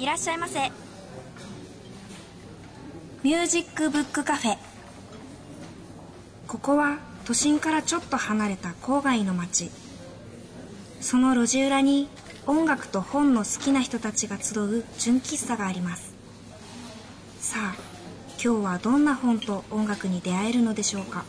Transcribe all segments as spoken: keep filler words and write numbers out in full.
いらっしゃいませ。ミュージックブックカフェ。ここは都心からちょっと離れた郊外の町。その路地裏に音楽と本の好きな人たちが集う純喫茶があります。さあ、今日はどんな本と音楽に出会えるのでしょうか。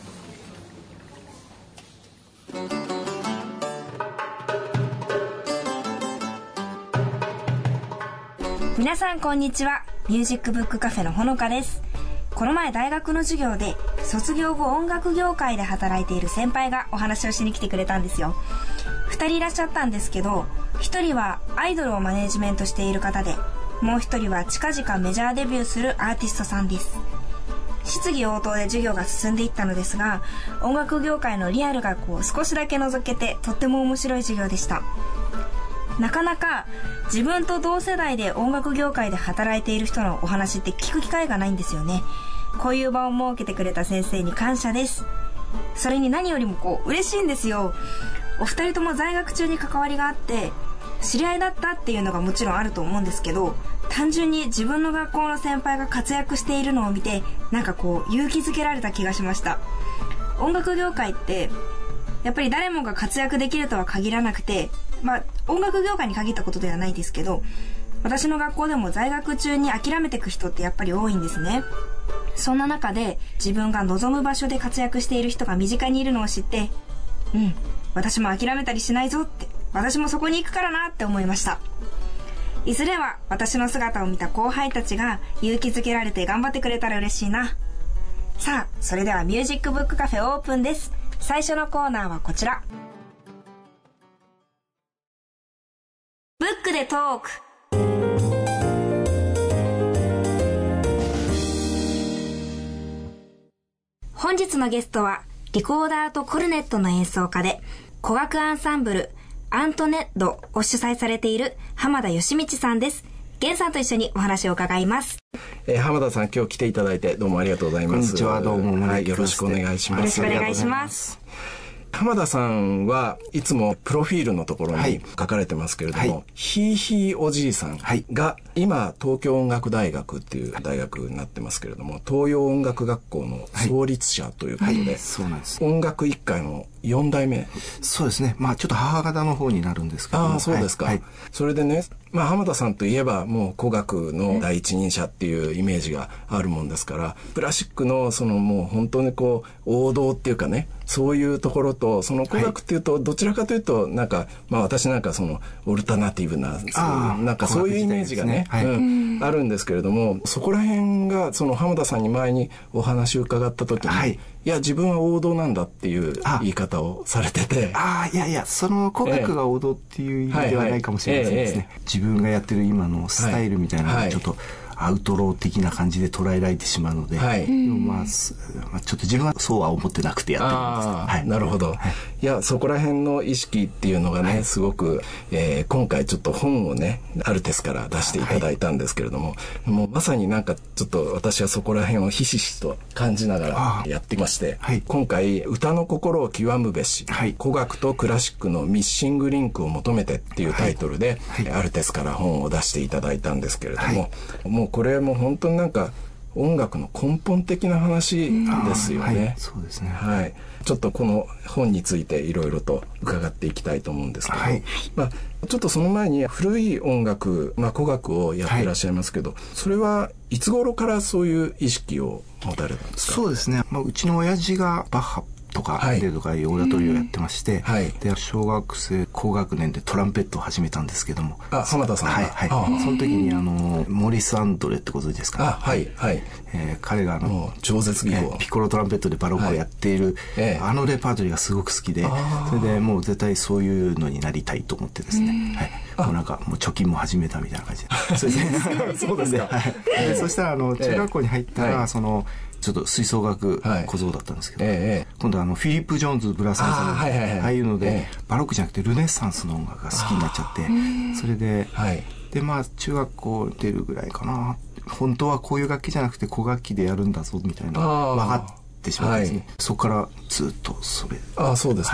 皆さんこんにちは。ミュージックブックカフェのほのかです。この前大学の授業で卒業後音楽業界で働いている先輩がお話をしに来てくれたんですよ。二人いらっしゃったんですけど、一人はアイドルをマネージメントしている方で、もう一人は近々メジャーデビューするアーティストさんです。質疑応答で授業が進んでいったのですが、音楽業界のリアルがこう少しだけ覗けてとっても面白い授業でした。なかなか自分と同世代で音楽業界で働いている人のお話って聞く機会がないんですよね。こういう場を設けてくれた先生に感謝です。それに何よりもこう嬉しいんですよ。お二人とも在学中に関わりがあって知り合いだったっていうのがもちろんあると思うんですけど、単純に自分の学校の先輩が活躍しているのを見て、なんかこう勇気づけられた気がしました。音楽業界ってやっぱり誰もが活躍できるとは限らなくて、まあ音楽業界に限ったことではないですけど、私の学校でも在学中に諦めていく人ってやっぱり多いんですね。そんな中で自分が望む場所で活躍している人が身近にいるのを知って、うん、私も諦めたりしないぞって、私もそこに行くからなって思いました。いずれは私の姿を見た後輩たちが勇気づけられて頑張ってくれたら嬉しいな。さあ、それではミュージックブックカフェオープンです。最初のコーナーはこちら。ブックでトーク。本日のゲストはリコーダーとコルネットの演奏家で古楽アンサンブルアントネットを主催されている浜田義道さんです。源さんと一緒にお話を伺います。 えー、浜田さん、今日来ていただいてどうもありがとうございます。 こんにちは、どうも、 はい、よろしくお願いします。 よろしくお願いします。 浜田さんはいつもプロフィールのところに書かれてますけれども、はい、ひいひいおじいさんが今東京音楽大学っていう大学になってますけれども、東洋音楽学校の創立者ということで、はいはい、 そうなんです。 音楽一家のよん代目。 そうですね。まあちょっと母方の方になるんですけども。 ああ、そうですか。はいはい、それでね、まあ浜田さんといえばもう古楽の第一人者っていうイメージがあるもんですから、クラシックのそのもう本当にこう王道っていうかね、そういうところと、その古楽っていうとどちらかというとなんか、まあ私なんかそのオルタナティブな、なんかそういうイメージがね、はい、うん、あるんですけれども、そこら辺がその浜田さんに前にお話を伺った時に、はい、いや自分は王道なんだっていう言い方をされてて、 ああ、いやいや、その古楽が王道っていう意味ではないかもしれませんですね。えーはいはい、自分がやってる今のスタイルみたいなのがちょっと、はい、アウトロー的な感じで捉えられてしまうので、はい、でもまあ、まあ、ちょっと自分はそうは思ってなくてやってるんです。 あ、はい、なるほど、はい、いやそこら辺の意識っていうのがね、はい、すごく、えー、今回ちょっと本をねアルテスから出していただいたんですけれども、はい、もうまさになんかちょっと私はそこら辺をひしひしと感じながらやってまして、はい、今回歌の心を極むべし、はい、古楽とクラシックのミッシングリンクを求めてっていうタイトルで、はいはい、アルテスから本を出していただいたんですけれども、はい、もうこれも本当になんか音楽の根本的な話ですよね。 はい、そうですね。 はい。ちょっとこの本についていろいろと伺っていきたいと思うんですけど、はい、まあちょっとその前に古い音楽、まあ古楽をやってらっしゃいますけど、はい、それはいつ頃からそういう意識を持たれたんですか？ そうですね。まあうちの親父がバッハとかレとかいうオーダトリオをやってまして、はい、で小学生高学年でトランペットを始めたんですけども、 あ、浜田さんが、 はいはい、その時にあのモリス・アンドレってことですかね。 あ、はいはい。 えー、彼があの超絶技法、 えー、ピコロトランペットでバロックをやっている、はい、あのレパートリーがすごく好きで、それでもう絶対そういうのになりたいと思ってですね、はい、もうなんかもう貯金も始めたみたいな感じで、それでそうですか。 はい、でそしたらあの中学校に入ったら、えーはい、そのちょっと吹奏楽小僧だったんですけど、はい、えー、今度はあのフィリップ・ジョーンズ・ブラサンさんの あ,、はいはいはい、ああいうので、えー、バロックじゃなくてルネッサンスの音楽が好きになっちゃって、それで、はい、でまあ中学校出るぐらいかな、本当はこういう楽器じゃなくて古楽器でやるんだぞみたいな分かってしまってですね、はい、そこからずっとそれ。 ああ、そうですね。はい、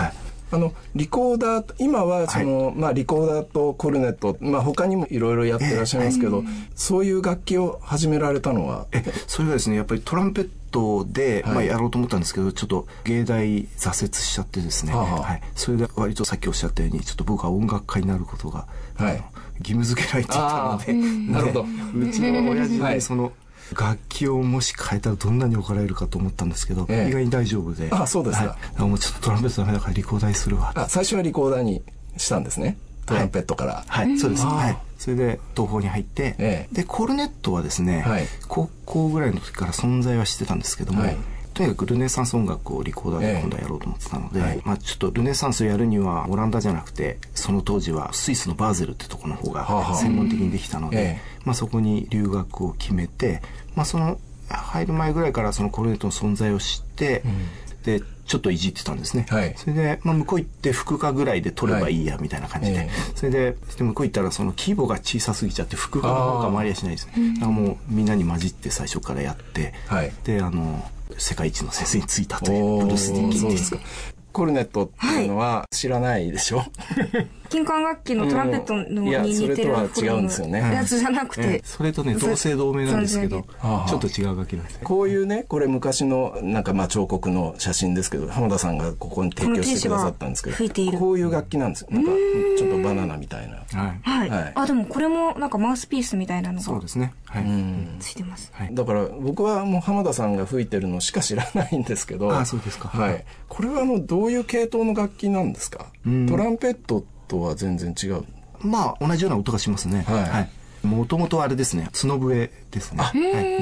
あのリコーダー今はその、はい、まあリコーダーとコルネット、まあ他にもいろいろやってらっしゃいますけど、えーはい、そういう楽器を始められたのは、 えそれはですねやっぱりトランペットで、はい、まあ、やろうと思ったんですけどちょっと芸大挫折しちゃってですね、はあはい、それで割とさっきおっしゃったようにちょっと僕は音楽家になることが、はい、義務付けられていたので、 なるほど、 うちの親父にその、はい楽器をもし変えたらどんなに怒られるかと思ったんですけど、ええ、意外に大丈夫で。 あ、そうですか。 はい、もうちょっとトランペットダメだからリコーダーにするわ。 あ、最初はリコーダーにしたんですね。トランペットから。 はい、はい、そうです。はい。それで東宝に入って、ええ、でコルネットはですね、はい、高校ぐらいの時から存在はしてたんですけども、はい、とにかくルネサンス音楽をリコーダーで今度はやろうと思ってたので、ええまあ、ちょっとルネサンスをやるにはオランダじゃなくてその当時はスイスのバーゼルってところの方が専門的にできたので、はあはあええまあ、そこに留学を決めて、まあ、その入る前ぐらいからそのコルネットの存在を知って、うん、でちょっといじってたんですね、はい、それで、まあ、向こう行って副科ぐらいで取ればいいやみたいな感じで、はいえー、それで向こう行ったらその規模が小さすぎちゃって副科の方が回りやしないですね。だからもうみんなに混じって最初からやって、はい、であの世界一の先生についたというブルース・ディッキンっていうコルネットっていうのは知らないでしょ、はい、 金管楽器のトランペットのに似てる、うん、いやそれとは違うんですよねやつじゃなくて、 えそれとね同姓同名なんですけどちょっと違う楽器なんですね。 こういうねこれ昔のなんかまあ彫刻の写真ですけど浜田さんがここに提供してくださったんですけどこういう楽器なんですよ。なんかちょっとバナナみたいな、 はいはいはい、あでもこれもなんかマウスピースみたいなのがそうですね、はい、うんついてます、 はい、だから僕はもう浜田さんが吹いてるのしか知らないんですけどあそうですか、 はい、これはあのどういう系統の楽器なんですか。トランペットとは全然違う。 まあ同じような音がしますね。はい。はい、もともとあれですね、角笛ですね。 あ、はい、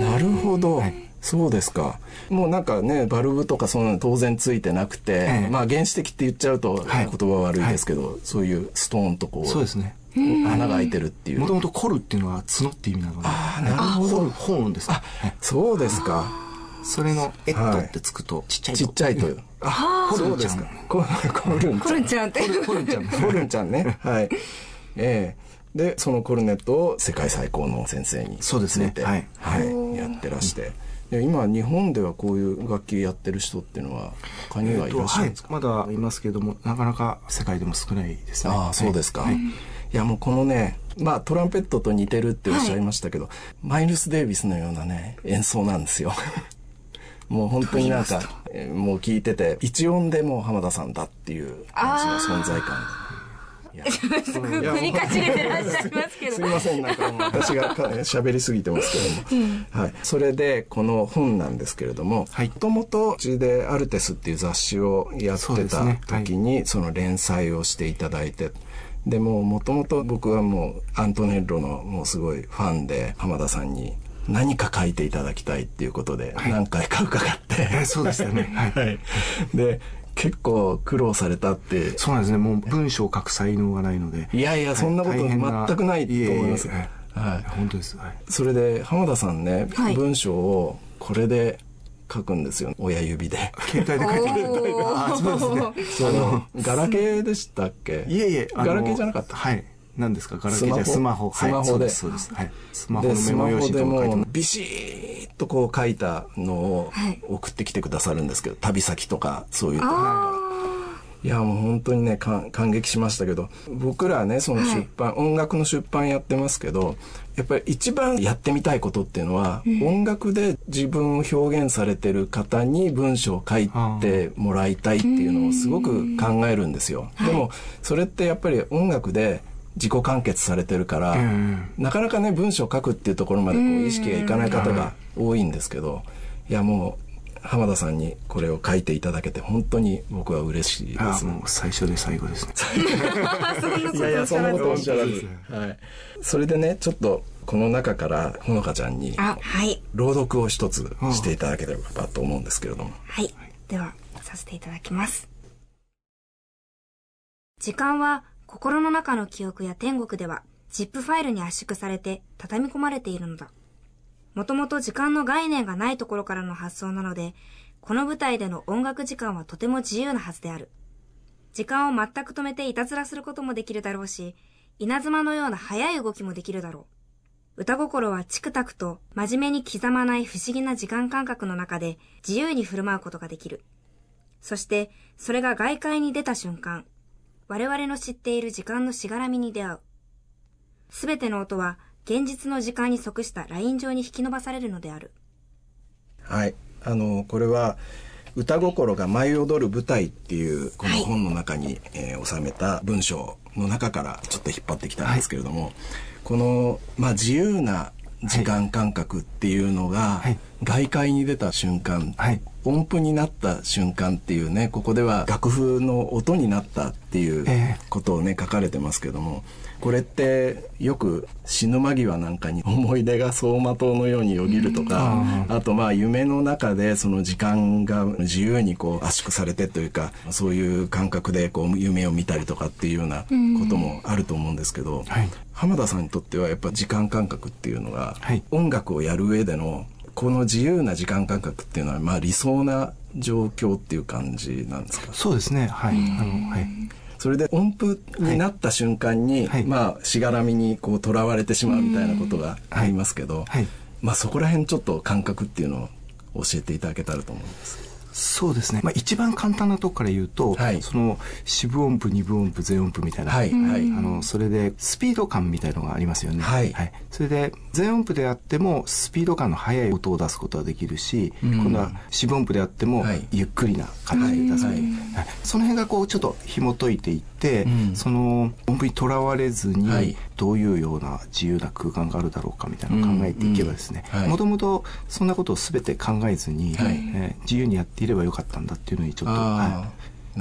なるほど。はい、そうですか。もうなんかね、バルブとかそんなの当然ついてなくて、はい、まあ原始的って言っちゃうと言葉悪いですけど、はい、そういうストーンとこう。 そうですね。 穴が開いてるっていう。 もともとコルっていうのは角っていう意味なので。 ああ、なるほど。 ホーンです。あ、 そうですか。 それのエットってつくとちっちゃいと。 ちっちゃいという。あ、そうですか。コルンちゃん。 コルンちゃんって。 コルンちゃん。 コルンちゃんね。はい。ええ。で、そのコルネットを世界最高の先生に。 そうですね。 はい。はい。やってらして。で今日本ではこういう楽器やってる人っていうのは他にはいらっしゃるんですか。 まだいますけどもなかなか世界でも少ないですね。 ああ、そうですか。いやもうこのね、まあトランペットと似てるっておっしゃいましたけど、マイルス・デイビスのようなね演奏なんですよ。もう本当になんかもう聞いてて一音でもう浜田さんだっていう感じの存在感。 首かしげてらっしゃいますけど。 すみません、なんかもう私が喋りすぎてますけども、うん、はい。それでこの本なんですけれども、はい、もともとうちでアルテスっていう雑誌をやってた時にその連載をしていただいて。でももともと僕はもうアントネッロのもうすごいファンで浜田さんに何か書いていただきたいっていうことで何回か伺って、 はい、そうでしたよね、はい、 で結構苦労されたって。 そうなんですね。もう文章を書く才能がないので。 いやいや、そんなこと全くないと思います。 いえいえ、はい、本当です、はい、 それで浜田さんね、はい、文章をこれで書くんですよ、親指で。 携帯で書いてる。あ、そうですね。 そのガラケーでしたっけ。 いえいえ、 ガラケーじゃなかった。 はい。何ですか、ガラケーじゃスマホ。 スマホで。 そうです。はい。スマホのメモ用紙とか書いてます。 ビシーッとこう書いたのを送ってきてくださるんですけど、旅先とかそういうと。いやもう本当にね感激しましたけど、僕らねその出版、はい、音楽の出版やってますけど、やっぱり一番やってみたいことっていうのは、うん、音楽で自分を表現されてる方に文章を書いてもらいたいっていうのをすごく考えるんですよ。でもそれってやっぱり音楽で自己完結されてるから、うん、なかなかね文章を書くっていうところまでこう意識がいかない方が多いんですけど、いやもう浜田さんにこれを書いていただけて本当に僕は嬉しいです。 あ、もう最初で最後ですね。 いやいや、そんなことおっしゃらず、はい、それでねちょっとこの中からほのかちゃんに朗読を一つしていただければと思うんですけれども。 はい、ではさせていただきます。時間は心の中の記憶や天国では ジップ ファイルに圧縮されて畳み込まれているのだ。もともと時間の概念がないところからの発想なので、この舞台での音楽時間はとても自由なはずである。時間を全く止めていたずらすることもできるだろうし、稲妻のような速い動きもできるだろう。歌心はチクタクと真面目に刻まない不思議な時間感覚の中で自由に振る舞うことができる。 そしてそれが外界に出た瞬間、我々の知っている時間のしがらみに出会う。すべての音は現実の時間に即したライン上に引き伸ばされるのである。 はい、あのこれは歌心が舞い踊る舞台っていうこの本の中に、はい、えー、収めた文章の中からちょっと引っ張ってきたんですけれども、はい、この、まあ、自由な時間感覚っていうのが、はい、外界に出た瞬間、はい、音符になった瞬間っていうね、ここでは楽譜の音になったっていうことをね、書かれてますけども、これってよく死ぬ間際なんかに思い出が走馬灯のようによぎるとか、あとまあ夢の中でその時間が自由にこう圧縮されてというか、そういう感覚でこう夢を見たりとかっていうようなこともあると思うんですけど、はい、浜田さんにとってはやっぱ時間感覚っていうのが、はい、音楽をやる上でのこの自由な時間感覚っていうのはまあ理想な状況っていう感じなんですか？ そうですね、はい、あの、はい、 それで音符になった瞬間に、はい、まあしがらみにこうとらわれてしまうみたいなことがありますけど、はいはい、まあそこら辺ちょっと感覚っていうのを教えていただけたらと思います。 そうですね、まあ、一番簡単なとこから言うと、はい、その四分音符二分音符全音符みたいな、はいはい、あのそれでスピード感みたいのがありますよね、はいはい、それで全音符であってもスピード感の速い音を出すことができるし、うん、今度は四分音符であってもゆっくりな感じで出す、はいはいはい、その辺がこうちょっと紐解いていって、うん、その音符にとらわれずに、はい、どういうような自由な空間があるだろうかみたいなのを考えていけばですね、もともとそんなことを全て考えずに、はい、えー、自由にやっていればよかったんだっていうのにちょっと、はい、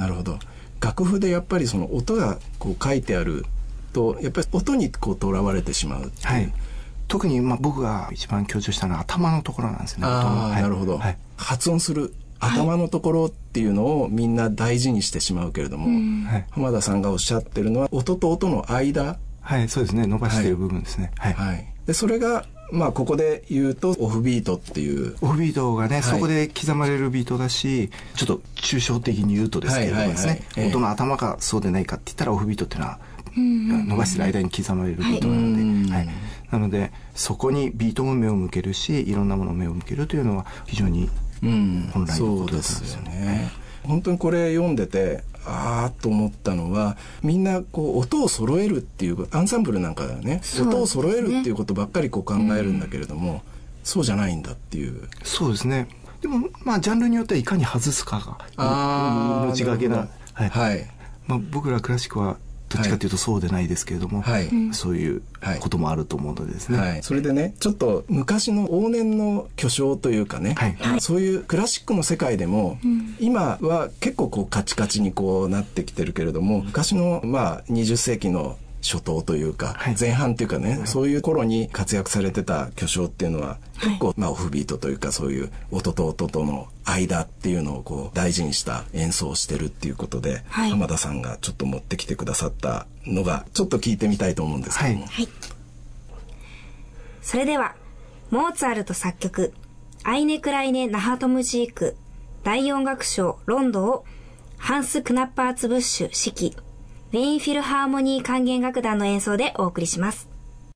なるほど。楽譜でやっぱりその音がこう書いてあるとやっぱり音にこうとらわれてしまうっていう、はい、 特にまあ僕が一番強調したのは頭のところなんですね。 あ、はい、なるほど、はい、発音する頭のところっていうのをみんな大事にしてしまうけれども、はい、浜田さんがおっしゃってるのは音と音の間、 はい、そうですね、伸ばしている部分ですね、はいはいはい、でそれがまあここで言うとオフビートっていうオフビートがね、はい、そこで刻まれるビートだし、ちょっと抽象的に言うとですけれどもですね、はいはいはい、音の頭かそうでないかって言ったらオフビートっていうのは伸ばしてる間に刻まれるビートなので、はいはい、なのでそこにビートも目を向けるし、いろんなものを目を向けるというのは非常に本来のことだったんですよね。うん、そうですよね。 本当にこれ読んでてあーと思ったのは、みんなこう音を揃えるっていうアンサンブルなんかだよね、音を揃えるっていうことばっかりこう考えるんだけれども、うん、そうじゃないんだっていう。 そうですね。でもまあジャンルによってはいかに外すかが命がけな、はい、はい、まあ、僕らクラシックはどっちかというとそうでないですけれども、はい、そういうこともあると思うのでですね、はいはい、 それでね、ちょっと昔の往年の巨匠というかね、はい、そういうクラシックの世界でも、うん、今は結構こうカチカチにこうなってきてるけれども、昔のまあにじゅっ世紀の初頭というか、はい、前半というかね、はい、そういう頃に活躍されてた巨匠っていうのは結構、はい、まあオフビートというか、そういう音と音との間っていうのをこう大事にした演奏をしてるっていうことで、はい、浜田さんがちょっと持ってきてくださったのがちょっと聞いてみたいと思うんですけども、はいはい、 それではモーツァルト作曲アイネ・クライネ・ナハトムジーク第四楽章ロンドをハンス・クナッパーツブッシュ指揮ウィーンフィルハーモニー管弦楽団の演奏でお送りします。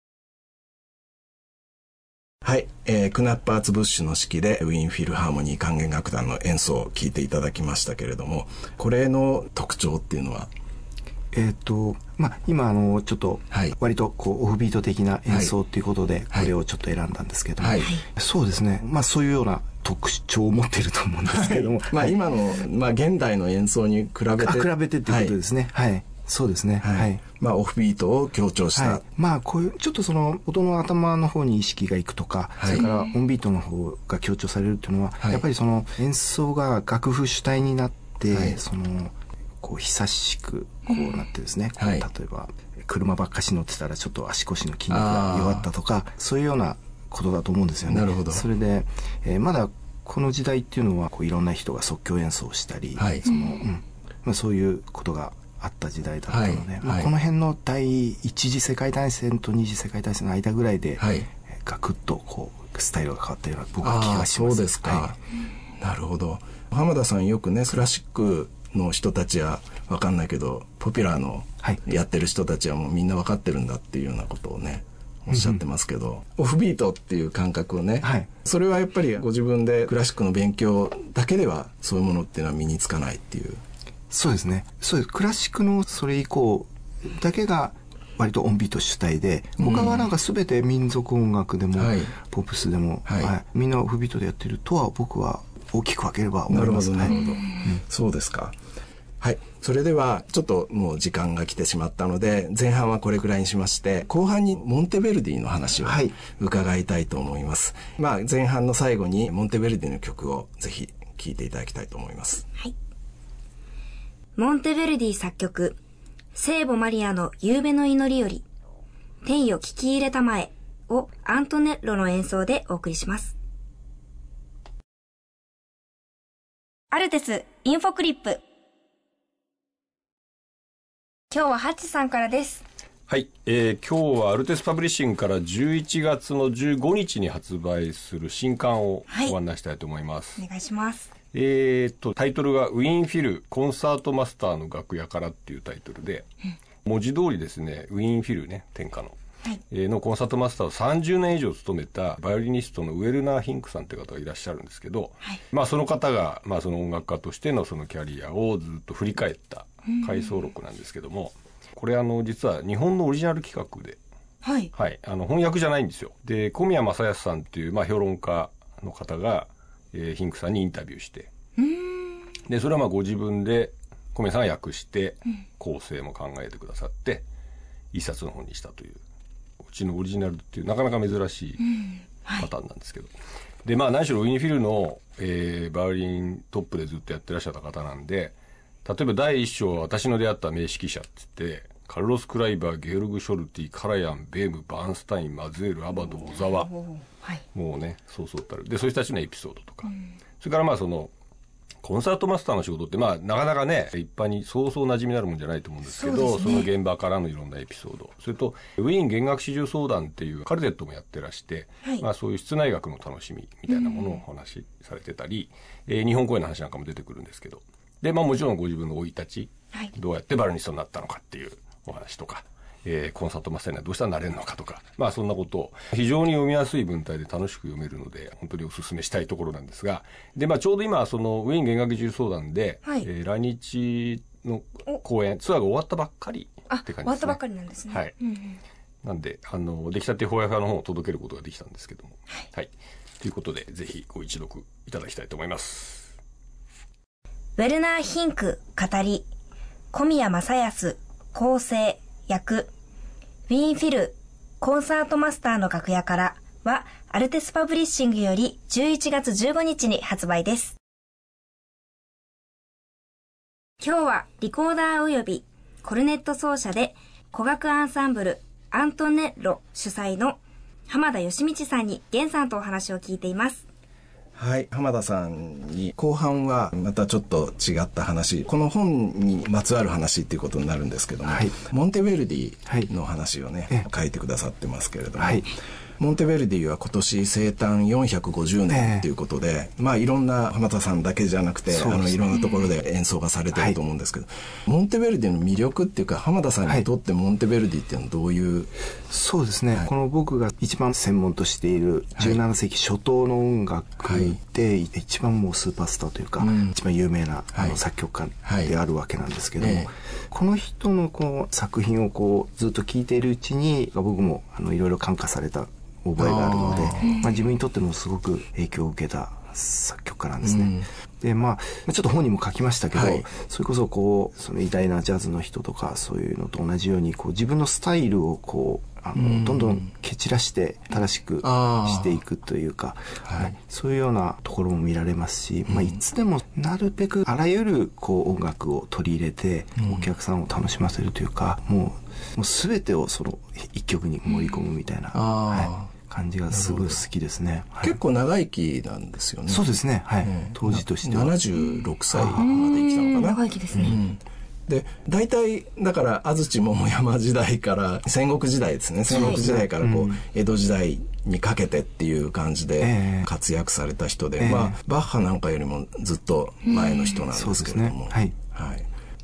はい、えー、クナッパーツブッシュの指揮でウィーンフィルハーモニー管弦楽団の演奏を聴いていただきましたけれども、これの特徴っていうのは？ えーとまあ、今あのちょっと割とこうオフビート的な演奏っていうことでこれをちょっと選んだんですけども、はいはい、そうですね、まあ、そういうような特徴を持っていると思うんですけれども、はい、 まあ、今の、まあ、現代の演奏に比べてあ比べてっていうことですね、はい、はい、そうですね、はいはい、 まあ、オフビートを強調した、はい、 まあこういうちょっとその音の頭の方に意識がいくとか、はい、それからオンビートの方が強調されるっていうのは、はい、やっぱりその演奏が楽譜主体になって、はい、そのこう久しくこうなってですね、はい、例えば車ばっかし乗ってたらちょっと足腰の筋肉が弱ったとか、そういうようなことだと思うんですよね。 なるほど。 それで、えー、まだこの時代っていうのはこういろんな人が即興演奏したり、はい、そのうんまあ、そういうことがあった時代だったので、はいまあ、この辺の第一次世界大戦と二次世界大戦の間ぐらいで、はい、ガクッとこうスタイルが変わったような僕は気がします。 そうですか、はい、なるほど。浜田さんよくねクラシックの人たちは分かんないけどポピュラーのやってる人たちはもうみんな分かってるんだっていうようなことをねおっしゃってますけど、うんうん、オフビートっていう感覚をね、はい、それはやっぱりご自分でクラシックの勉強だけではそういうものっていうのは身につかないっていう。 そうですね。そうです。クラシックのそれ以降だけが割とオンビート主体で、他はなんか全て民族音楽でも、うん、ポップスでも、はいはい、みんなオフビートでやってるとは僕は大きく分ければ思います。 なるほどなるほど、はい、うん、そうですか。はい。それではちょっともう時間が来てしまったので、前半はこれくらいにしまして、後半にモンテベルディの話を伺いたいと思います、はい、まあ前半の最後にモンテベルディの曲をぜひ聴いていただきたいと思います。 はい。モンテベルディ作曲、聖母マリアの夕べの祈りより、天よ聞き入れたまえをアントネッロの演奏でお送りします。アルテスインフォクリップ。今日はハッチさんからです。 はい、えー、今日はアルテスパブリッシングからじゅういちがつのじゅうごにちに発売する新刊をご案内したいと思います。 はい、お願いします。 えーと、タイトルがウィーンフィルコンサートマスターの楽屋からっていうタイトルで、うん、文字通りですね、ウィーンフィルね、天下の、はい、えー、のコンサートマスターをさんじゅうねん以上務めたバイオリニストのウェルナー・ヒンクさんという方がいらっしゃるんですけど、はい、まあその方が、まあその音楽家としてのそのキャリアをずっと振り返った回想録なんですけども、うん、これあの実は日本のオリジナル企画で、はい、はい、あの翻訳じゃないんですよ。で、小宮正康さんっていう、まあ、評論家の方が、えー、ヒンクさんにインタビューして、うーん、でそれはまあご自分で小宮さんが訳して構成も考えてくださって一冊の本にしたという、うちのオリジナルっていうなかなか珍しいパターンなんですけど、うん、はい、でまあ何しろウィーンフィルの、えー、バイオリントップでずっとやってらっしゃった方なんで、例えば第一章は私の出会った名指揮者って言ってカルロス・クライバー、ゲオルグ・ショルティ、カラヤン、ベーム、バーンスタイン、マズエル、アバド、小沢、はい、もうねそうそうたるでそういう人たちのエピソードとか、うん、それからまあそのコンサートマスターの仕事ってまあなかなかね一般にそうそう馴染みになるもんじゃないと思うんですけど、 そうですね、その現場からのいろんなエピソード、それとウィーン弦楽四重奏団っていうカルテットもやってらして、はい、まあ、そういう室内楽の楽しみみたいなものをお話しされてたり、うん、えー、日本公演の話なんかも出てくるんですけど、で、まあ、もちろんご自分の生い立ち、はい、どうやってバイオリニストになったのかっていうお話とか、えー、コンサートマスターにはどうしたらなれるのかとか、まあそんなことを非常に読みやすい文体で楽しく読めるので本当にお勧めしたいところなんですが、で、まあ、ちょうど今そのウィーン弦楽四重奏団で、はい、えー、来日の公演ツアーが終わったばっかりって感じですね。 終わったばっかりなんですね。 はい、うんうん、なんであの出来たてほやほやの本を届けることができたんですけども、はい、はい、ということでぜひご一読いただきたいと思います。 ウェルナー・ヒンク語り、小宮正康構成役、ウィーンフィルコンサートマスターの楽屋からはアルテスパブリッシングよりじゅういちがつじゅうごにちに発売です。今日はリコーダーおよびコルネット奏者で古楽アンサンブルアントネッロ主催の浜田義道さんに源さんとお話を聞いています。 はい、浜田さんに後半はまたちょっと違った話、この本にまつわる話っていうことになるんですけども、はい、モンテベルディの話をね、はい、書いてくださってますけれども、はい、モンテベルディは今年生誕よんひゃくごじゅうねんということで、えー、まあいろんな浜田さんだけじゃなくて、あのいろんなところで演奏がされてると思うんですけど、はい、モンテベルディの魅力っていうか浜田さんにとってモンテベルディっていうのはどういう、はい、 そうですね、はい、この僕が一番専門としているじゅうななせいき初頭の音楽で、はい、一番もうスーパースターというか、うん、一番有名なあの作曲家であるわけなんですけども、はいはい、この人のこう作品をこうずっと聴いているうちに僕もあのいろいろ感化された覚えがあるので、まあ、自分にとってもすごく影響を受けた作曲家なんですね、うん、でまあちょっと本にも書きましたけど、はい、それこそこうその偉大なジャズの人とかそういうのと同じようにこう自分のスタイルをこうあの、うん、どんどん蹴散らして正しくしていくというか、はい、そういうようなところも見られますし、うん、まあ、いつでもなるべくあらゆるこう音楽を取り入れてお客さんを楽しませるというか、うん、もう、もう全てをその一曲に盛り込むみたいな、はい、感じがすごい好きですね、 はい、結構長生きなんですよね。 そうですね、はい、ね、当時としてはななじゅうろくさいまで生きたのかな。 長生きですね、うん、 で大体だから安土桃山時代から戦国時代ですね、戦国時代からこう、はい、江戸時代にかけてっていう感じで活躍された人で、えー、まあバッハなんかよりもずっと前の人なんですけれども、うん、そうですね、はい、はい、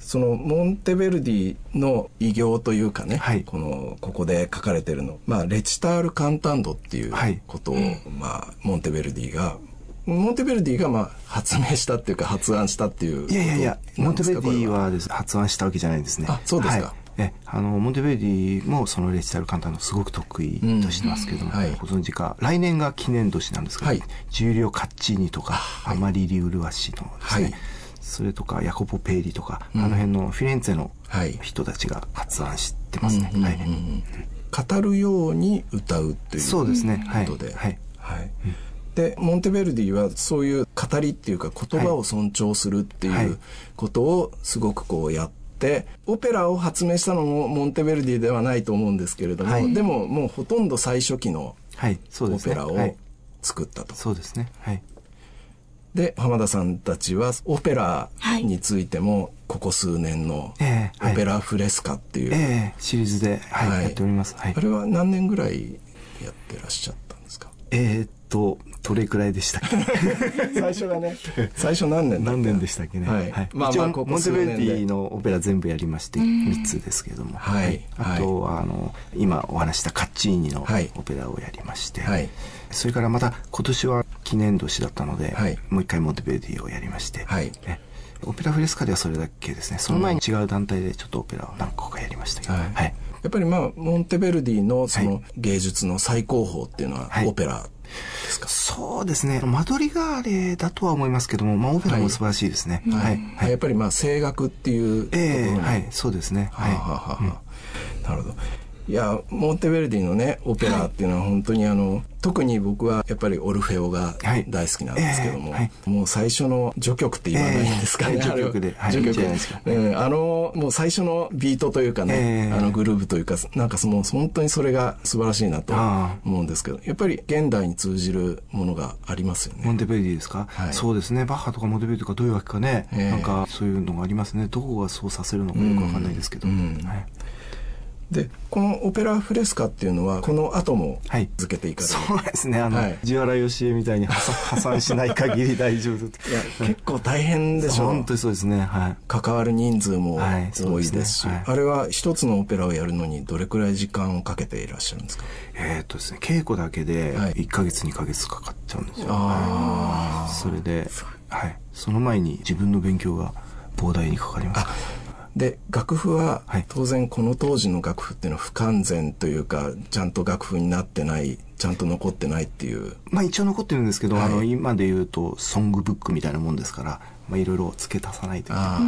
そのモンテベルディの偉業というかね、 はい、 このここで書かれてるの、まあ、レチタール・カンタンドっていうことを、はい、まあ、モンテベルディがモンテベルディがまあ発明したっていうか発案したっていうことなんですか？ いやいやいや、モンテベルディはです発案したわけじゃないんですね。 あ、そうですか。はい、 えあのモンテベルディもそのレチタルカンタンドすごく得意としてますけども、うんはい、ご存知か来年が記念年なんですけど、はい、ジュリオ・カッチーニとか、はい、アマリリ・ウルワシのですね、はい、それとかヤコポ・ペーリとか、うん、あの辺のフィレンツェの人たちが発案してますね。 語るように歌うっていうそうですね。 ことで、はいはい、でモンテベルディはそういう語りっていうか言葉を尊重するっていうことをすごくこうやってでオペラを発明したのもモンテベルディではないと思うんですけれども、はい、でももうほとんど最初期のオペラを作ったと。 そうですね。はい。 で浜田さんたちはオペラについてもここ数年のオペラフレスカっていう、 えーはいえー、シリーズで、はいはい、やっております、はい。 あれは何年ぐらいやってらっしゃったんですか？ えー、っとどれくらいでしたっけ？ 最初がね最初何年何年でしたっけね。はいはい、まあまあここモンテベルディのオペラ全部やりましてみっつですけれども、はい、あとはあの今お話したカッチーニのオペラをやりまして、はい、それからまた今年は記念年だったので、はい、もう一回モンテベルディをやりまして、はい、オペラフレスカではそれだけですね。その前に違う団体でちょっとオペラを何個かやりましたけど、はいはい、 やっぱりまあモンテベルディのその芸術の最高峰っていうのはオペラですか？ はい、そうですね。マドリガーレだとは思いますけども、まあオペラも素晴らしいですね。 はいはいはい、やっぱりまあ声楽っていうところに、 えー、はいそうですね。はい。ははは、 うん、なるほど。いやモンテベルディのねオペラっていうのは本当にあの、はい、特に僕はやっぱりオルフェオが大好きなんですけども、はいえーはい、もう最初の序曲って言わないんですかね、えー、 序曲で、 はい、序曲じゃないですか、うん、あのもう最初のビートというかね、えー、あのグルーヴというかなんかもう本当にそれが素晴らしいなと思うんですけど、やっぱり現代に通じるものがありますよね。 モンテベルディですか？はい、そうですね。バッハとかモンテベルディとかどういうわけかね、えー、なんかそういうのがありますね。どこがそうさせるのかよくわかんないですけど、うんうんはい、 でこのオペラフレスカっていうのはこの後も続けていかれる、 はい、そうですね。あの、はい、藤原義恵みたいに破産しない限り大丈夫いや結構大変でしょう。 本当にそうですね、はい、 関わる人数も多いですし、はいですねはい、あれは一つのオペラをやるのにどれくらい時間をかけていらっしゃるんですか？ えーっとですね、稽古だけでいっかげつにかげつかかっちゃうんですよ、はい、それで、はい、その前に自分の勉強が膨大にかかります。 で楽譜は当然この当時の楽譜っていうのは不完全というかちゃんと楽譜になってないちゃんと残ってないっていう、 まあ一応残ってるんですけど、はい、あの今で言うとソングブックみたいなもんですから、まあ、いろいろ付け足さないといけない、はい、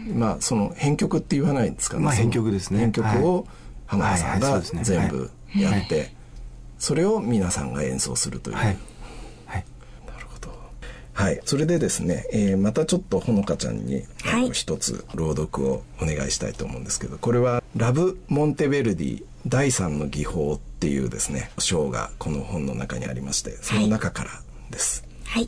まあその編曲って言わないんですかね。 まあ編曲ですね。 編曲を浜田さんが全部やってそれを皆さんが演奏するという、はいはい、それでですね、えー、またちょっとほのかちゃんに一つ朗読をお願いしたいと思うんですけど、これはラブ・モンテベルディ第三の技法っていうですね章がこの本の中にありまして、その中からです。 はい、はい、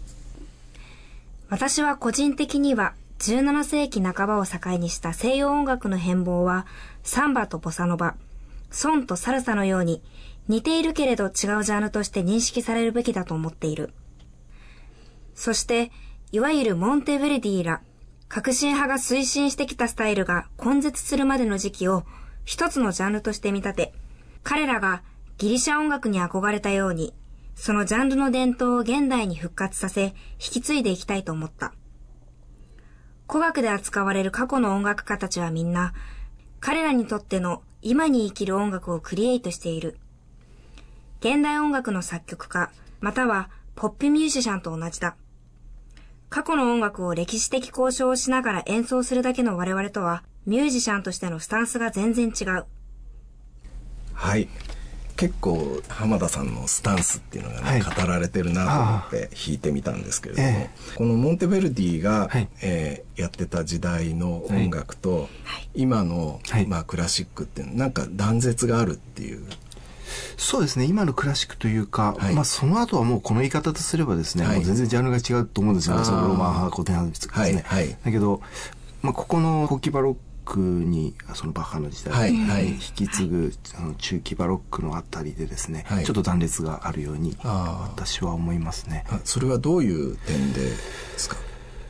私は個人的にはじゅうななせいきなかばを境にした西洋音楽の変貌はサンバとボサノバ、ソンとサルサのように似ているけれど違うジャンルとして認識されるべきだと思っている。そして、いわゆるモンテベルディら、革新派が推進してきたスタイルが根絶するまでの時期を一つのジャンルとして見立て、彼らがギリシャ音楽に憧れたように、そのジャンルの伝統を現代に復活させ、引き継いでいきたいと思った。古学で扱われる過去の音楽家たちはみんな、彼らにとっての今に生きる音楽をクリエイトしている。現代音楽の作曲家、またはポップミュージシャンと同じだ。過去の音楽を歴史的交渉をしながら演奏するだけの我々とは、ミュージシャンとしてのスタンスが全然違う。 はい。結構浜田さんのスタンスっていうのがね、はい、語られてるなと思って弾いてみたんですけれども、えー、このモンテベルディが、はいえー、やってた時代の音楽と、はい、今の、はいまあ、クラシックっていうのなんか断絶があるっていう。 そうですね。今のクラシックというか、はい、まあその後はもうこの言い方とすればですね、はい、もう全然ジャンルが違うと思うんですよね。そのローマン派古典派ですね。はいはい、だけど、まあここの後期バロックにそのバッハの時代に引き継ぐ、あの中期バロックのあたりでですね、はい、ちょっと断裂があるように私は思いますね。 あそれはどういう点ですか？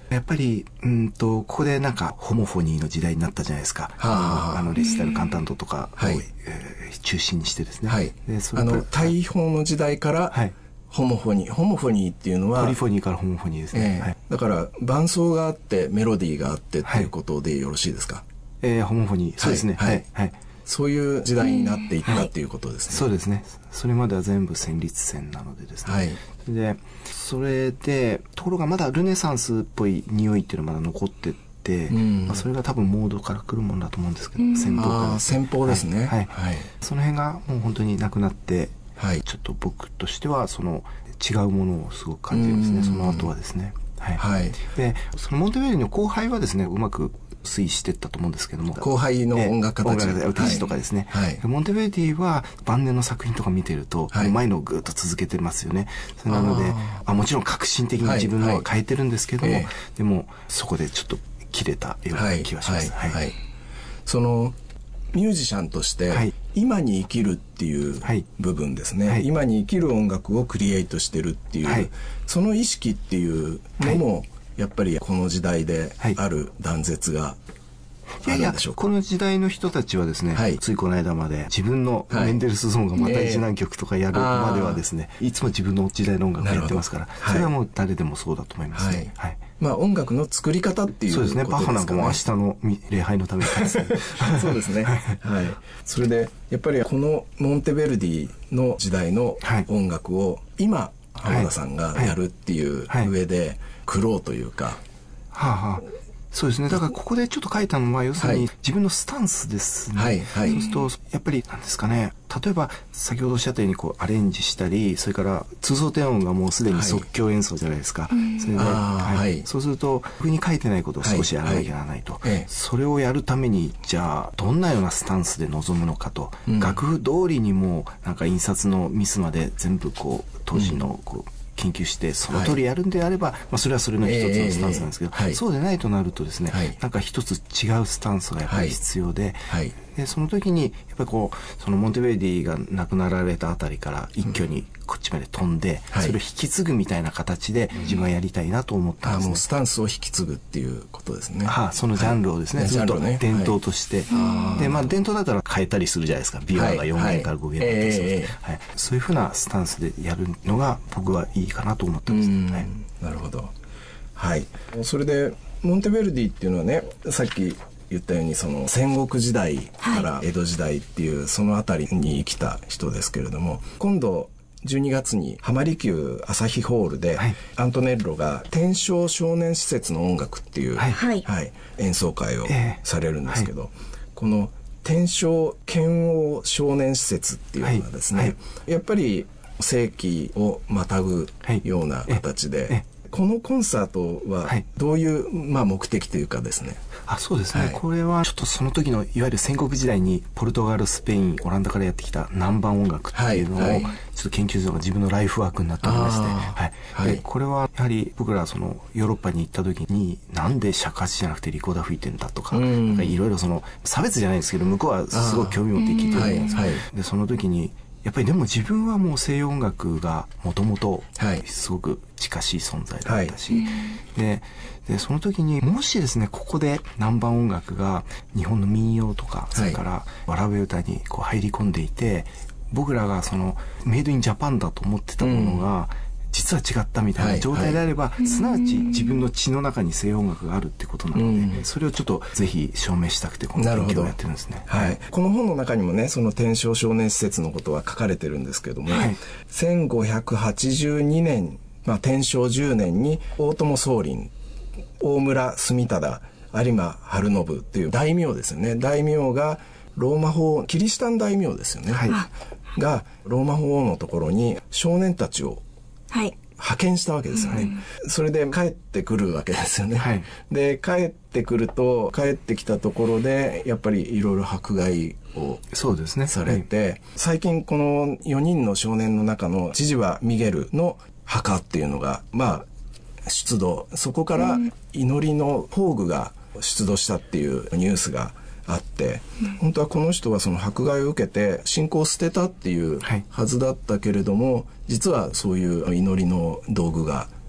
やっぱりうんとここでなんかホモフォニーの時代になったじゃないですか。あのレジタルカンタントとかを、はいえー、中心にしてですね、 はい、でそれあの大砲の時代から、はいホモフォニー。ホモフォニーっていうのは。 ポリフォニーからホモフォニーですね。 えーはい、だから、伴奏があって、メロディーがあってっていうことでよろしいですか？はい、 えー、ホモフォニー。そうですね。はい。はい。 そういう時代になっていったっていうことですね。 そうですね。それまでは全部旋律線なのでですね。はい。で、それで、ところがまだルネサンスっぽい匂いっていうのがまだ残ってて、うんまあ、それが多分モードから来るもんだと思うんですけど、うん、先方から。 先方ですね。 はい。はい。その辺がもう本当になくなって、はい、ちょっと僕としてはその違うものをすごく感じるんですね。その後はですね。はい。はい、でそのモンテベルディの後輩はですねうまく推移していったと思うんですけども、 後輩の音楽家たち、 音楽家とかですね、はい、モンテベルディは晩年の作品とか見てると、はい、前のをぐっと続けてますよね。それなのであもちろん革新的に自分のは変えてるんですけども、はいはい、でもそこでちょっと切れたような気がします。はいはいはい、 そのミュージシャンとして、はい、今に生きるっていう部分ですね、はい、今に生きる音楽をクリエイトしてるっていう、はい、その意識っていうのも、はい、やっぱりこの時代である断絶があるんでしょうか？ いやいやこの時代の人たちはですね、はい、ついこの間まで自分のメンデルスゾーンがまた一難曲とかやるまではですね、えー、いつも自分の時代の音楽をやってますから、それはもう誰でもそうだと思いますね。はいはいまあ音楽の作り方っていうことですかね。 そうですね。バッハなんかも明日の礼拝のためにですね。 そうですね。はい。それでやっぱりこのモンテベルディの時代の音楽を今浜田さんがやるっていう上で苦労というか。 はあはあ。そうですね。だからここでちょっと書いたのは要するに自分のスタンスですね。はいはい、そうするとやっぱりなんですかね。例えば先ほどおっしゃったようにこうアレンジしたり、それから通奏低音がもうすでに即興演奏じゃないですか。はい、それで、はいはい、そうすると僕に書いてないことを少しやらなきゃならないと、はいはい、それをやるためにじゃあどんなようなスタンスで臨むのかと、うん、楽譜通りにもなんか印刷のミスまで全部こう当時のこう、うん研究してその通りやるんであれば、はいまあ、それはそれの一つのスタンスなんですけど、えーはい、そうでないとなるとですね、はい、なんか一つ違うスタンスがやっぱり必要で、はい、でその時にやっぱりこうそのモンテベルディが亡くなられたあたりから一挙にこっちまで飛んで、うん、それを引き継ぐみたいな形で自分はやりたいなと思ったんですね。 あもうスタンスを引き継ぐっていうことですね。 はあ、そのジャンルをですね、はい、ずっと伝統として、はい、でまあ伝統だったら変えたりするじゃないですか。ビワがよんげんからごげんだったりする、はいはい、そういうふうなスタンスでやるのが僕はいいかなと思ったんですね。はい、 なるほど。はい。それでモンテベルディっていうのはね、さっき言ったようにその戦国時代から江戸時代っていうそのあたりに生きた人ですけれども、今度じゅうにがつに浜離宮朝日ホールで、はい、アントネッロが天正少年施設の音楽っていう、はいはい、演奏会をされるんですけど、えーはい、この天正剣王少年施設っていうのはですね、はいはい、やっぱり世紀をまたぐような形で、はいえーえーこのコンサートはどういう、はいまあ、目的というかですね。 あそうですね、はい、これはちょっとその時のいわゆる戦国時代にポルトガルスペインオランダからやってきた南蛮音楽っていうのを、はいはい、ちょっと研究するのが自分のライフワークになっておりまして、はいはい、でこれはやはり僕らそのヨーロッパに行った時になんで尺八じゃなくてリコーダー吹いてんだとかいろいろその差別じゃないんですけど向こうはすごい興味持って聞いてるんですけど、はいはい、でその時にやっぱりでも自分はもう西洋音楽がもともとすごく近しい存在だったし、はい、で, でその時にもしですねここで南蛮音楽が日本の民謡とかそれからわらべ歌にこう入り込んでいて僕らがそのメイドインジャパンだと思ってたものが、うん実は違ったみたいな状態であれば、はいはい、すなわち自分の血の中に西洋音楽があるってことなので、うん、それをちょっとぜひ証明したくてこの研究をやってるんですね。 はい、この本の中にもねその天正少年施設のことは書かれてるんですけども、はい、せんごひゃくはちじゅうにねん、まあ、天正じゅうねんに大友宗麟大村住忠有馬晴信っていう大名ですよね。大名がローマ法王キリシタン大名ですよね、はい、がローマ法王のところに少年たちをはい、派遣したわけですよね、うん、それで帰ってくるわけですよね、はい、で帰ってくると帰ってきたところでやっぱりいろいろ迫害をそうですねされて、はい、最近このよにんの少年の中のジジワ・ミゲルの墓っていうのがまあ出土そこから祈りの宝具が出土したっていうニュースがあって、うん、本当はこの人はその迫害を受けて信仰を捨てたっていうはずだったけれども、はい、実はそういう祈りの道具が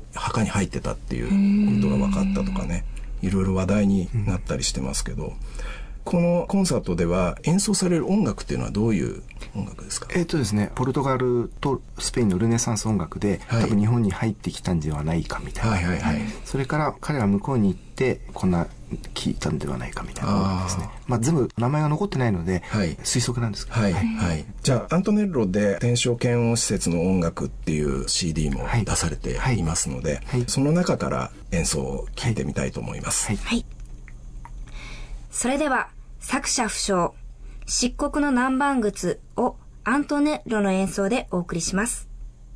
墓に入ってたっていうことが分かったとかね、いろいろ話題になったりしてますけど、このコンサートでは演奏される音楽っていうのはどういう音楽ですか？ えっとですね、ポルトガルとスペインのルネサンス音楽で、はい、多分日本に入ってきたんではないかみたいな、はいはいはい、それから彼ら向こうに行ってこんな聞いたんではないかみたいな音楽ですね。まあ全部名前が残ってないので、はい、推測なんですけど、 はいはいはい、じゃあアントネッロで天正検温施設の音楽っていう シーディー も出されていますので、はいはいはい、その中から演奏を聞いてみたいと思います。 はいはい、それでは作者不詳、漆黒の南蛮靴をアントネッロの演奏でお送りします。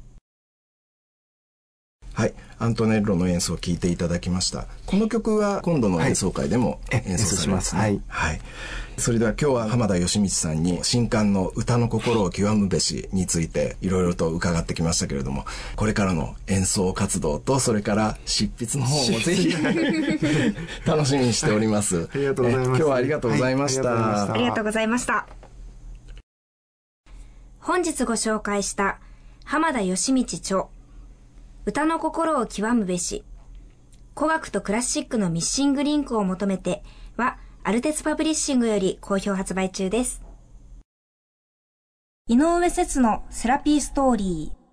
はい、アントネッロの演奏を聴いていただきました。この曲は今度の演奏会でも演奏されます、ね。はい、はい。それでは今日は浜田義道さんに新刊の歌の心を極むべしについていろいろと伺ってきましたけれども、これからの演奏活動とそれから執筆の方もぜひ楽しみにしております。 ありがとうございます。今日はありがとうございました。 はい、ありがとうございました。本日ご紹介した浜田義道著歌の心を極むべし、古楽とクラシックのミッシングリンクを求めては、アルテスパブリッシングより好評発売中です。井上節のセラピーストーリー。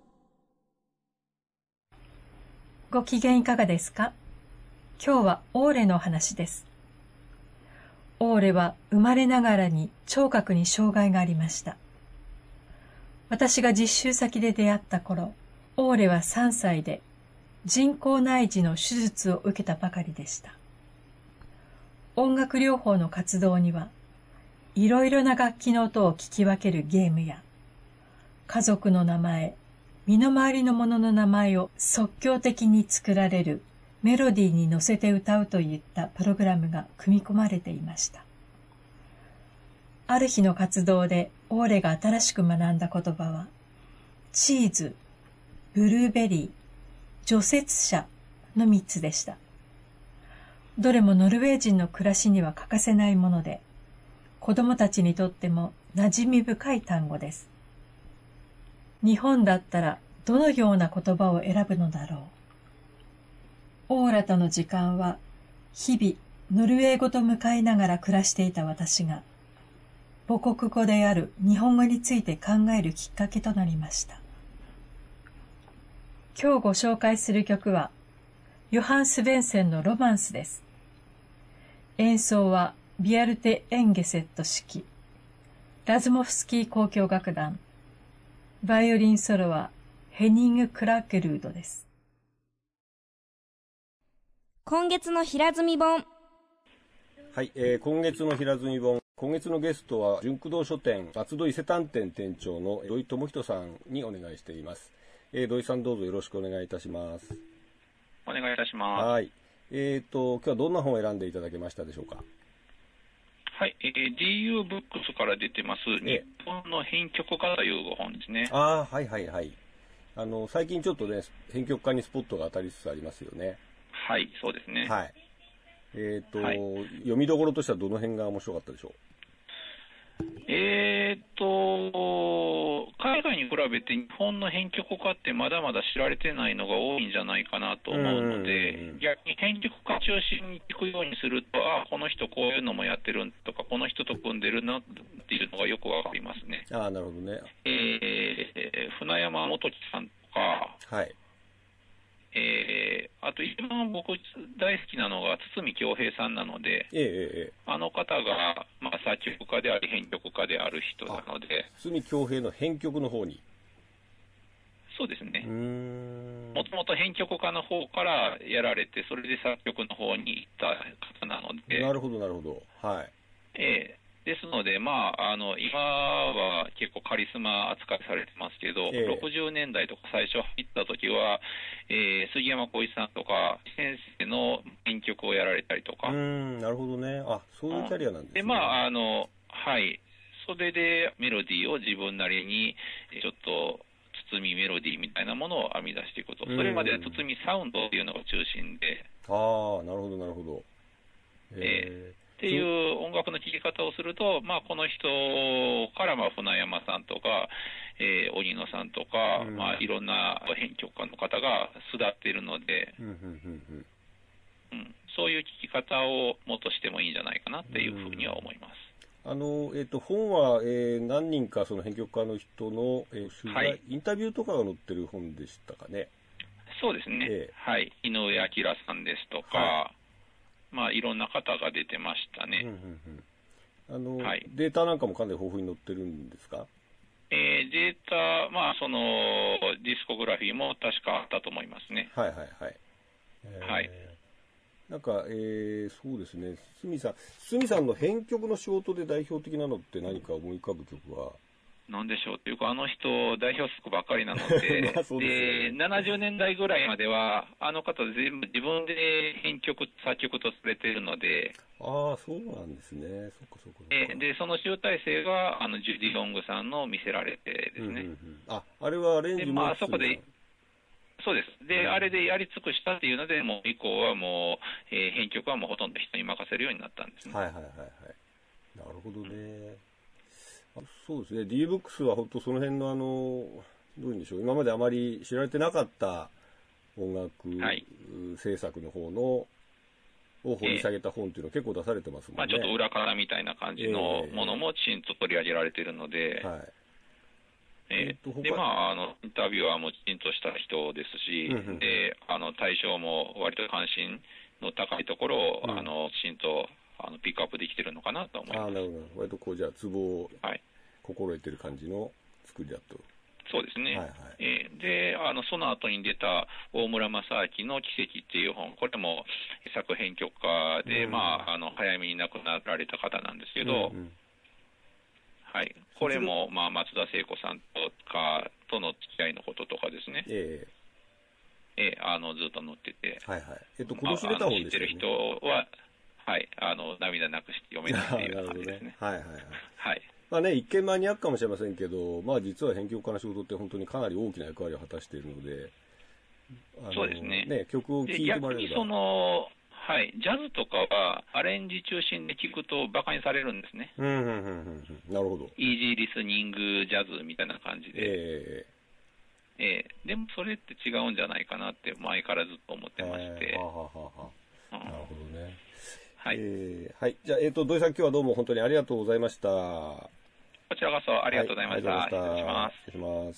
ご機嫌いかがですか？今日はオーレの話です。オーレは生まれながらに聴覚に障害がありました。私が実習先で出会った頃、オーレはさんさいで人工内耳の手術を受けたばかりでした。音楽療法の活動には、いろいろな楽器の音を聞き分けるゲームや、家族の名前、身の回りのものの名前を即興的に作られるメロディーに乗せて歌うといったプログラムが組み込まれていました。ある日の活動でオーレが新しく学んだ言葉は、チーズ、ブルーベリー、除雪車のみっつでした。どれもノルウェー人の暮らしには欠かせないもので、子供たちにとっても馴染み深い単語です。日本だったらどのような言葉を選ぶのだろう。オーラとの時間は日々ノルウェー語と向かいながら暮らしていた私が、母国語である日本語について考えるきっかけとなりました。今日ご紹介する曲は、ヨハン・スベンセンのロマンスです。演奏はビアルテ・エンゲセット指揮、ラズモフスキー交響楽団、バイオリンソロはヘニング・クラーケルードです。 今月の平積本。 はい、えー、今月の平積本。今月のゲストは純駆動書店松戸伊勢丹店店長の土井智人さんにお願いしています。えー、土井さんどうぞよろしくお願いいたします。 お願いいたします。 はい。えっと、今日はどんな本を選んでいただけましたでしょうか？ はい、えー、ディーユー ブックスから出てます、日本の編曲家という本ですね。 ああ、はいはいはい。あの、最近ちょっとね、編曲家にスポットが当たりつつありますよね。 はい、そうですね。 はい。えっと、 はい、 読みどころとしてはどの辺が面白かったでしょう？ えーと、海外に比べて日本の編曲家ってまだまだ知られてないのが多いんじゃないかなと思うので、逆に編曲家中心に聞くようにすると、ああ、この人こういうのもやってるとか、この人と組んでるなっていうのがよくわかりますね。 ああ、なるほどね。 えー、船山元樹さんとか、 はい。 えー、あと一番僕大好きなのが堤恭平さんなので、 ええ、 あの方が、まあ、作曲家であり編曲家である人なので、 堤恭平の編曲の方に。 そうですね。 うーん、 もともと編曲家の方からやられて、それで作曲の方に行った方なので。 なるほどなるほど。はい。 えーですので、まあ、あの今は結構カリスマ扱いされてますけど、ええ、ろくじゅうねんだいとか最初入った時は、えー、杉山浩一さんとか先生の編曲をやられたりとか。 うーん、なるほどね。あ、そういうキャリアなんですね。 で、まあ、あの、はい。それでメロディーを自分なりに、ちょっと、包みメロディーみたいなものを編み出していくと。それまでは包みサウンドっていうのが中心で。 ああ、なるほど、なるほど。 えーっていう音楽の聴き方をすると、まあ、この人からまあ船山さんとか、 えー、荻野さんとか、うん、まあ、いろんな編曲家の方が巣立っているので、うん、そういう聞き方をもっとしてもいいんじゃないかなっていうふうには思います。 あのえー、と本は、えー、何人かその編曲家の人の、えー取材、はい、インタビューとかが載ってる本でしたかね。 そうですね、えー、はい、井上彰さんですとか、はい、まあ、いろんな方が出てましたね。うんうんうん、あのはい、データなんかもかなり豊富に載ってるんですか？ えー、データ、まあ、そのディスコグラフィーも確かあったと思いますね。 はいはいはい。えー、はいなんか、えー、そうですね、角さん、角さんの編曲の仕事で代表的なのって何か思い浮かぶ曲は？ なんでしょうというか、あの人、代表作ばっかりなので、で、ね、ななじゅうねんだいぐらいまでは、あの方、全部自分で編曲、作曲とされているので、 ああ、そうなんですね、そっかそっか。 えで、その集大成が、あのジュディ・ロングさんの見せられてですね。うんうんうん、 ああれはアレンジも、 まあ、そこでそうです。で、うん、あれでやり尽くしたっていうので、もう以降はもう、えー、編曲はもうほとんど人に任せるようになったんですね。 はいはいはいはい。なるほどね。あそうですね。D ブックスは本当その辺のあの、どういうんでしょう。今まであまり知られてなかった音楽、はい、制作の方の、を掘り下げた本っていうのは結構出されてますもんね。まあちょっと裏からみたいな感じのものもきちんと取り上げられているので、えーはいえー、でまあ、あのインタビュアーもきちんとした人ですし、うんうん、であの対象も割と関心の高いところを、うん、あのきちんとあのピックアップできてるのかなと思います。 あなるほど。割とこうじゃあツボを心得てる感じの作りだと。 そうですね、はいはいえー、であのその後に出た大村正明の奇跡っていう本、これも作編曲家で、うんまあ、あの早めに亡くなられた方なんですけど、うんうんはい、これも、まあ、松田聖子さんとかとの付き合いのこととかですね、えーえー、あのずっと載ってて、はいはいえっと、今年出た本ですよね。知ってる人は、はい、あの涙なくして読めないっていう感じですね。はいはいはいはいまあね、一見マニアックかもしれませんけど、まあ、実は編曲家の仕事って本当にかなり大きな役割を果たしているので、 あのそうですね。 ね曲を聴いてもらえれば。 逆にそのはい、ジャズとかはアレンジ中心で聴くとバカにされるんですね。 うんうんうんうん、なるほど。 イージーリスニングジャズみたいな感じで、えーえー、でもそれって違うんじゃないかなって前からずっと思ってまして。ははははうん、なるほどね。はい、えー、はい、じゃあ、えっと土井さん今日はどうも本当にありがとうございました。こちらこそありがとうございました。はい、失礼します。 失礼します。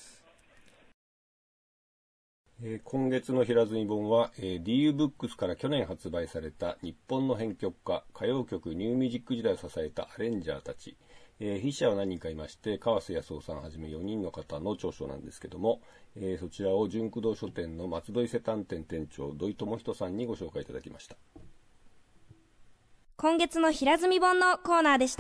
えー、今月の平積本は、えー、ディーユー ブックスから去年発売された日本の編曲家、歌謡曲、ニューミュージック時代を支えたアレンジャーたち、えー、筆者は何人かいまして、川瀬康夫さんはじめよにんの方の著書なんですけども、えー、そちらを純駆動書店の松戸伊勢丹店店長、土井智人さんにご紹介いただきました。 今月の平積本のコーナーでした。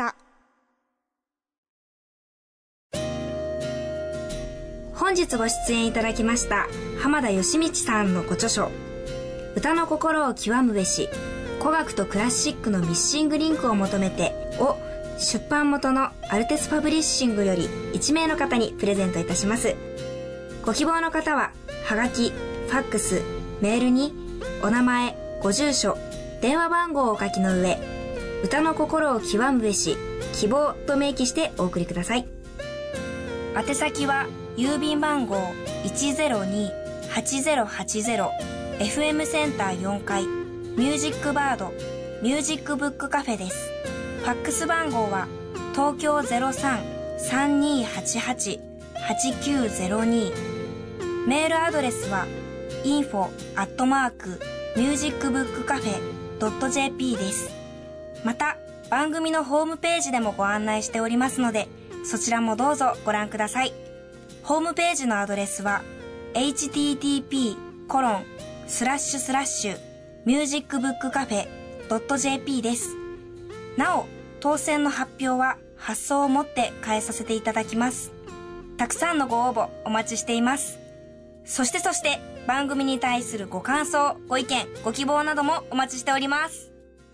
本日ご出演いただきました浜田義道さんのご著書歌の心を極むべし古楽とクラシックのミッシングリンクを求めてを出版元のアルテスパブリッシングよりいち名の方にプレゼントいたします。ご希望の方ははがき、ファックス、メールにお名前、ご住所、電話番号をお書きの上歌の心を極むべし希望と明記してお送りください。宛先は郵便番号 いちゼロにーはちゼロはちゼロ エフエム センターよんかいミュージックバードミュージックブックカフェです。ファックス番号は東京 ゼロさん さんにーはちはち はちきゅうゼロに メールアドレスは インフォ アットマーク ミュージックブックカフェ ドット ジェーピー です。また番組のホームページでもご案内しておりますのでそちらもどうぞご覧ください。ホームページのアドレスは エイチティーティーピーコロンスラッシュスラッシュミュージックブックカフェ ドット ジェーピー です。なお当選の発表は発送をもって返させていただきます。たくさんのご応募お待ちしています。そしてそして番組に対するご感想、ご意見、ご希望などもお待ちしております。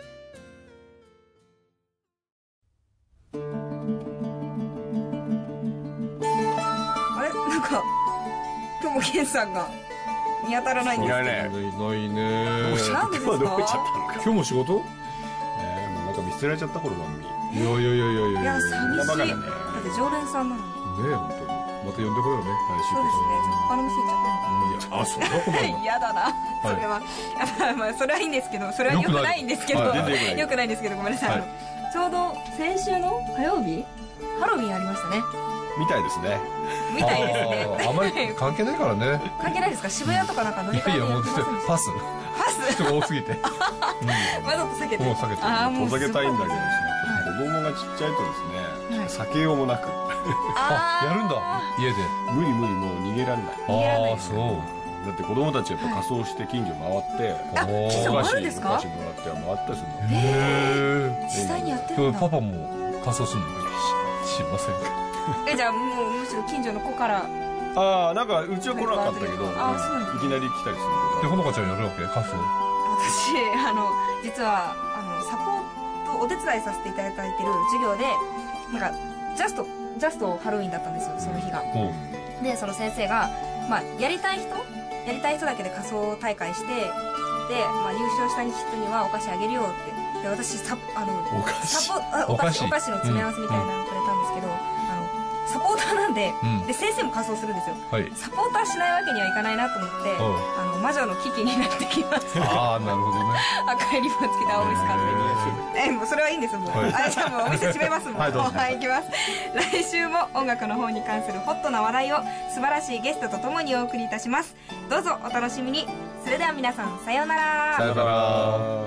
ともけんさんが見当たらないんですけど。いないね。いないね。 なんでですか？今日はどこ行っちゃったのか。今日も仕事？えー、もうなんか見捨てられちゃったこの番組。いやいやいやいやいや。 いや寂しい。だって常連さんなのに。 ねえ本当に。 また呼んでこようね、来週そうですね。他の店行っちゃってる。いや、あ、そんなことない。 嫌だな。それは、まあそれはいいんですけど、それは良くないんですけど、良くないんですけど、ごめんなさい。ちょうど先週の火曜日、ハロウィンありましたね。 みたいですね。 みたいですね。 あまり関係ないからね。 関係ないですか？渋谷とかなんか乗り換えでやってませんでした？ パス。 パス。 人が多すぎて。 わざと避けて。 もう避けて。 ああ、もう遠ざけたいんだけどさ、子供がちっちゃいとですね、避けようもなく。 あ、やるんだ。家で。 無理無理、もう逃げられない。 逃げられない。 ああ、そう。 だって子供たちやっぱ仮装して近所回って、 あ、近所回るんですか？ お菓子もらって回ったりするの。 へえ。実際にやってるんだ。 パパも仮装するの？知りませんか？ え、じゃあもうむしろ近所の子から。 ああ、なんかうちは来なかったけど、いきなり来たりする。 で、ほのかちゃんやるわけ？仮装。 私、あの、実は、あの、サポート、お手伝いさせていただいてる授業で、なんか、ジャスト、ジャストハロウィンだったんですよ、その日が。で、その先生が、まあ、やりたい人やりたい人だけで仮装大会して、で、まあ、優勝した人にはお菓子あげるよって。で、私、サあの、 お菓子サポあお菓子、お菓子の詰め合わせみたいなのをくれたんですけど、あの、サポーターなんで、で、先生も仮装するんですよ。サポーターしないわけにはいかないなと思って、あの、魔女の危機になってきます。 ああ、なるほどね。 赤いリボンつけた青いスカートに。え、もうそれはいいんですもう。あ、じゃあもうお店閉めますもん。はい、行きます。来週も音楽の方に関するホットな話題を素晴らしいゲストとともにお送りいたします。どうぞお楽しみに。それでは皆さん、さようなら。 さようなら。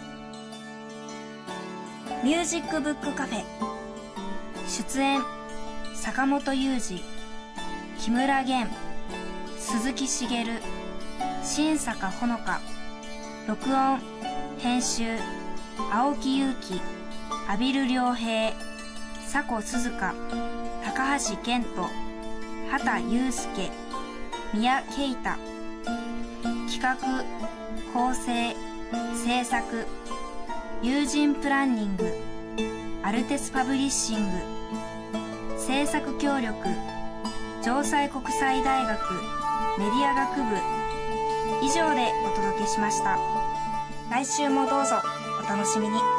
ミュージックブックカフェ。出演、坂本雄二、木村玄、鈴木茂、新坂ほのか。録音、編集、青木祐希、阿比留良平、佐古鈴香、高橋健人、畑祐介、宮慶太。企画、構成、制作、友人プランニング、アルテスパブリッシング。制作協力、城西国際大学メディア学部。以上でお届けしました。来週もどうぞお楽しみに。